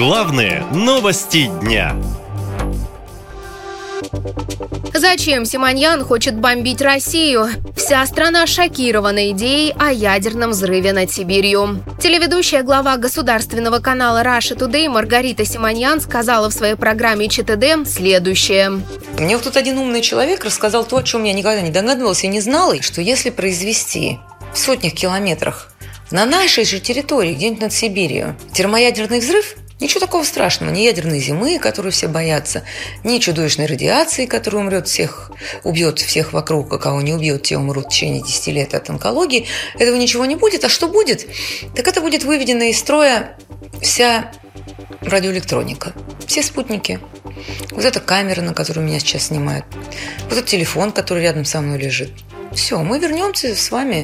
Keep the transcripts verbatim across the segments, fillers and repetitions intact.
Главные новости дня. Зачем Симоньян хочет бомбить Россию? Вся страна шокирована идеей о ядерном взрыве над Сибирью. Телеведущая глава государственного канала Russia Today Маргарита Симоньян сказала в своей программе ЧТД следующее. Мне вот тут один умный человек рассказал то, о чем я никогда не догадывалась и не знала, что если произвести в сотнях километрах на нашей же территории, где-нибудь над Сибирью, термоядерный взрыв, ничего такого страшного, ни ядерной зимы, которую все боятся, ни чудовищной радиации, которая умрет всех, убьет всех вокруг, а кого не убьет, те умрут в течение десяти лет от онкологии. Этого ничего не будет. А что будет? Так это будет выведена из строя вся радиоэлектроника, все спутники. Вот эта камера, на которую меня сейчас снимают, вот этот телефон, который рядом со мной лежит. Все, мы вернемся с вами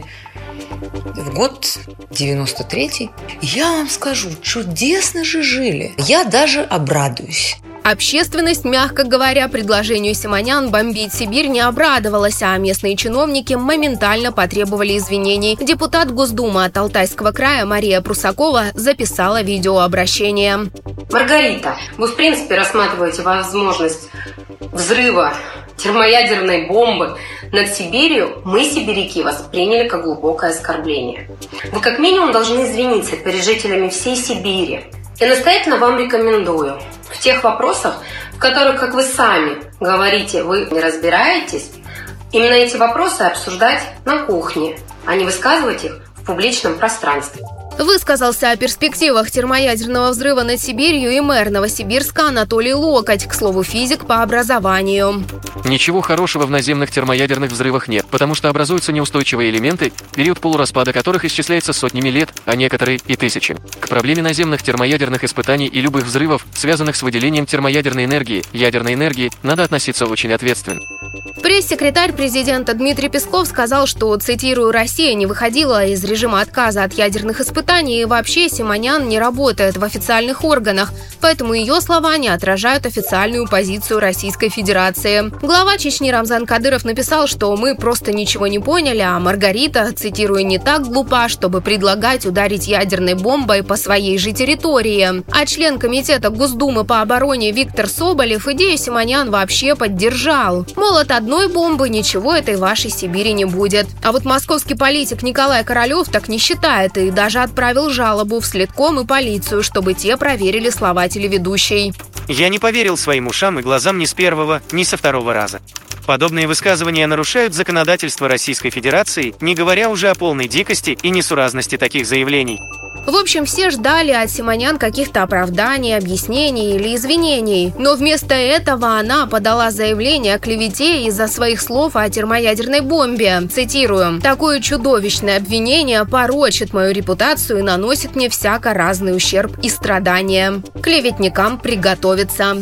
в год девяносто третий. Я вам скажу, чудесно же жили. Я даже обрадуюсь. Общественность, мягко говоря, предложению Симоньян бомбить Сибирь не обрадовалась, а местные чиновники моментально потребовали извинений. Депутат Госдумы от Алтайского края Мария Прусакова записала видеообращение. Маргарита, вы в принципе рассматриваете возможность взрыва термоядерной бомбы над Сибирью, мы, сибиряки, восприняли как глубокое оскорбление. Вы как минимум должны извиниться перед жителями всей Сибири. Я настоятельно вам рекомендую в тех вопросах, в которых, как вы сами говорите, вы не разбираетесь, именно эти вопросы обсуждать на кухне, а не высказывать их в публичном пространстве. Высказался о перспективах термоядерного взрыва над Сибирью и мэр Новосибирска Анатолий Локоть, к слову, физик по образованию. Ничего хорошего в наземных термоядерных взрывах нет, потому что образуются неустойчивые элементы, период полураспада которых исчисляется сотнями лет, а некоторые и тысячами. К проблеме наземных термоядерных испытаний и любых взрывов, связанных с выделением термоядерной энергии, ядерной энергии, надо относиться очень ответственно. Пресс-секретарь президента Дмитрий Песков сказал, что, цитирую, «Россия не выходила из режима отказа от ядерных испытаний, и вообще Симоньян не работает в официальных органах, поэтому ее слова не отражают официальную позицию Российской Федерации». Глава Чечни Рамзан Кадыров написал, что «мы просто ничего не поняли, а Маргарита, цитирую, не так глупа, чтобы предлагать ударить ядерной бомбой по своей же территории». А член комитета Госдумы по обороне Виктор Соболев идею Симоньян вообще поддержал. Мол, от одной бомбы ничего этой вашей Сибири не будет. А вот московский политик Николай Королев так не считает и даже отправил жалобу в следком и полицию, чтобы те проверили слова телеведущей. Я не поверил своим ушам и глазам ни с первого, ни со второго раза. Подобные высказывания нарушают законодательство Российской Федерации, не говоря уже о полной дикости и несуразности таких заявлений. В общем, все ждали от Симоньян каких-то оправданий, объяснений или извинений. Но вместо этого она подала заявление о клевете из-за своих слов о термоядерной бомбе. Цитирую: «Такое чудовищное обвинение порочит мою репутацию и наносит мне всяко разный ущерб и страдания. Клеветникам приготовиться».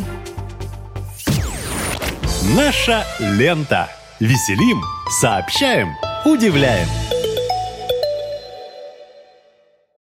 Наша лента. Веселим, сообщаем, удивляем.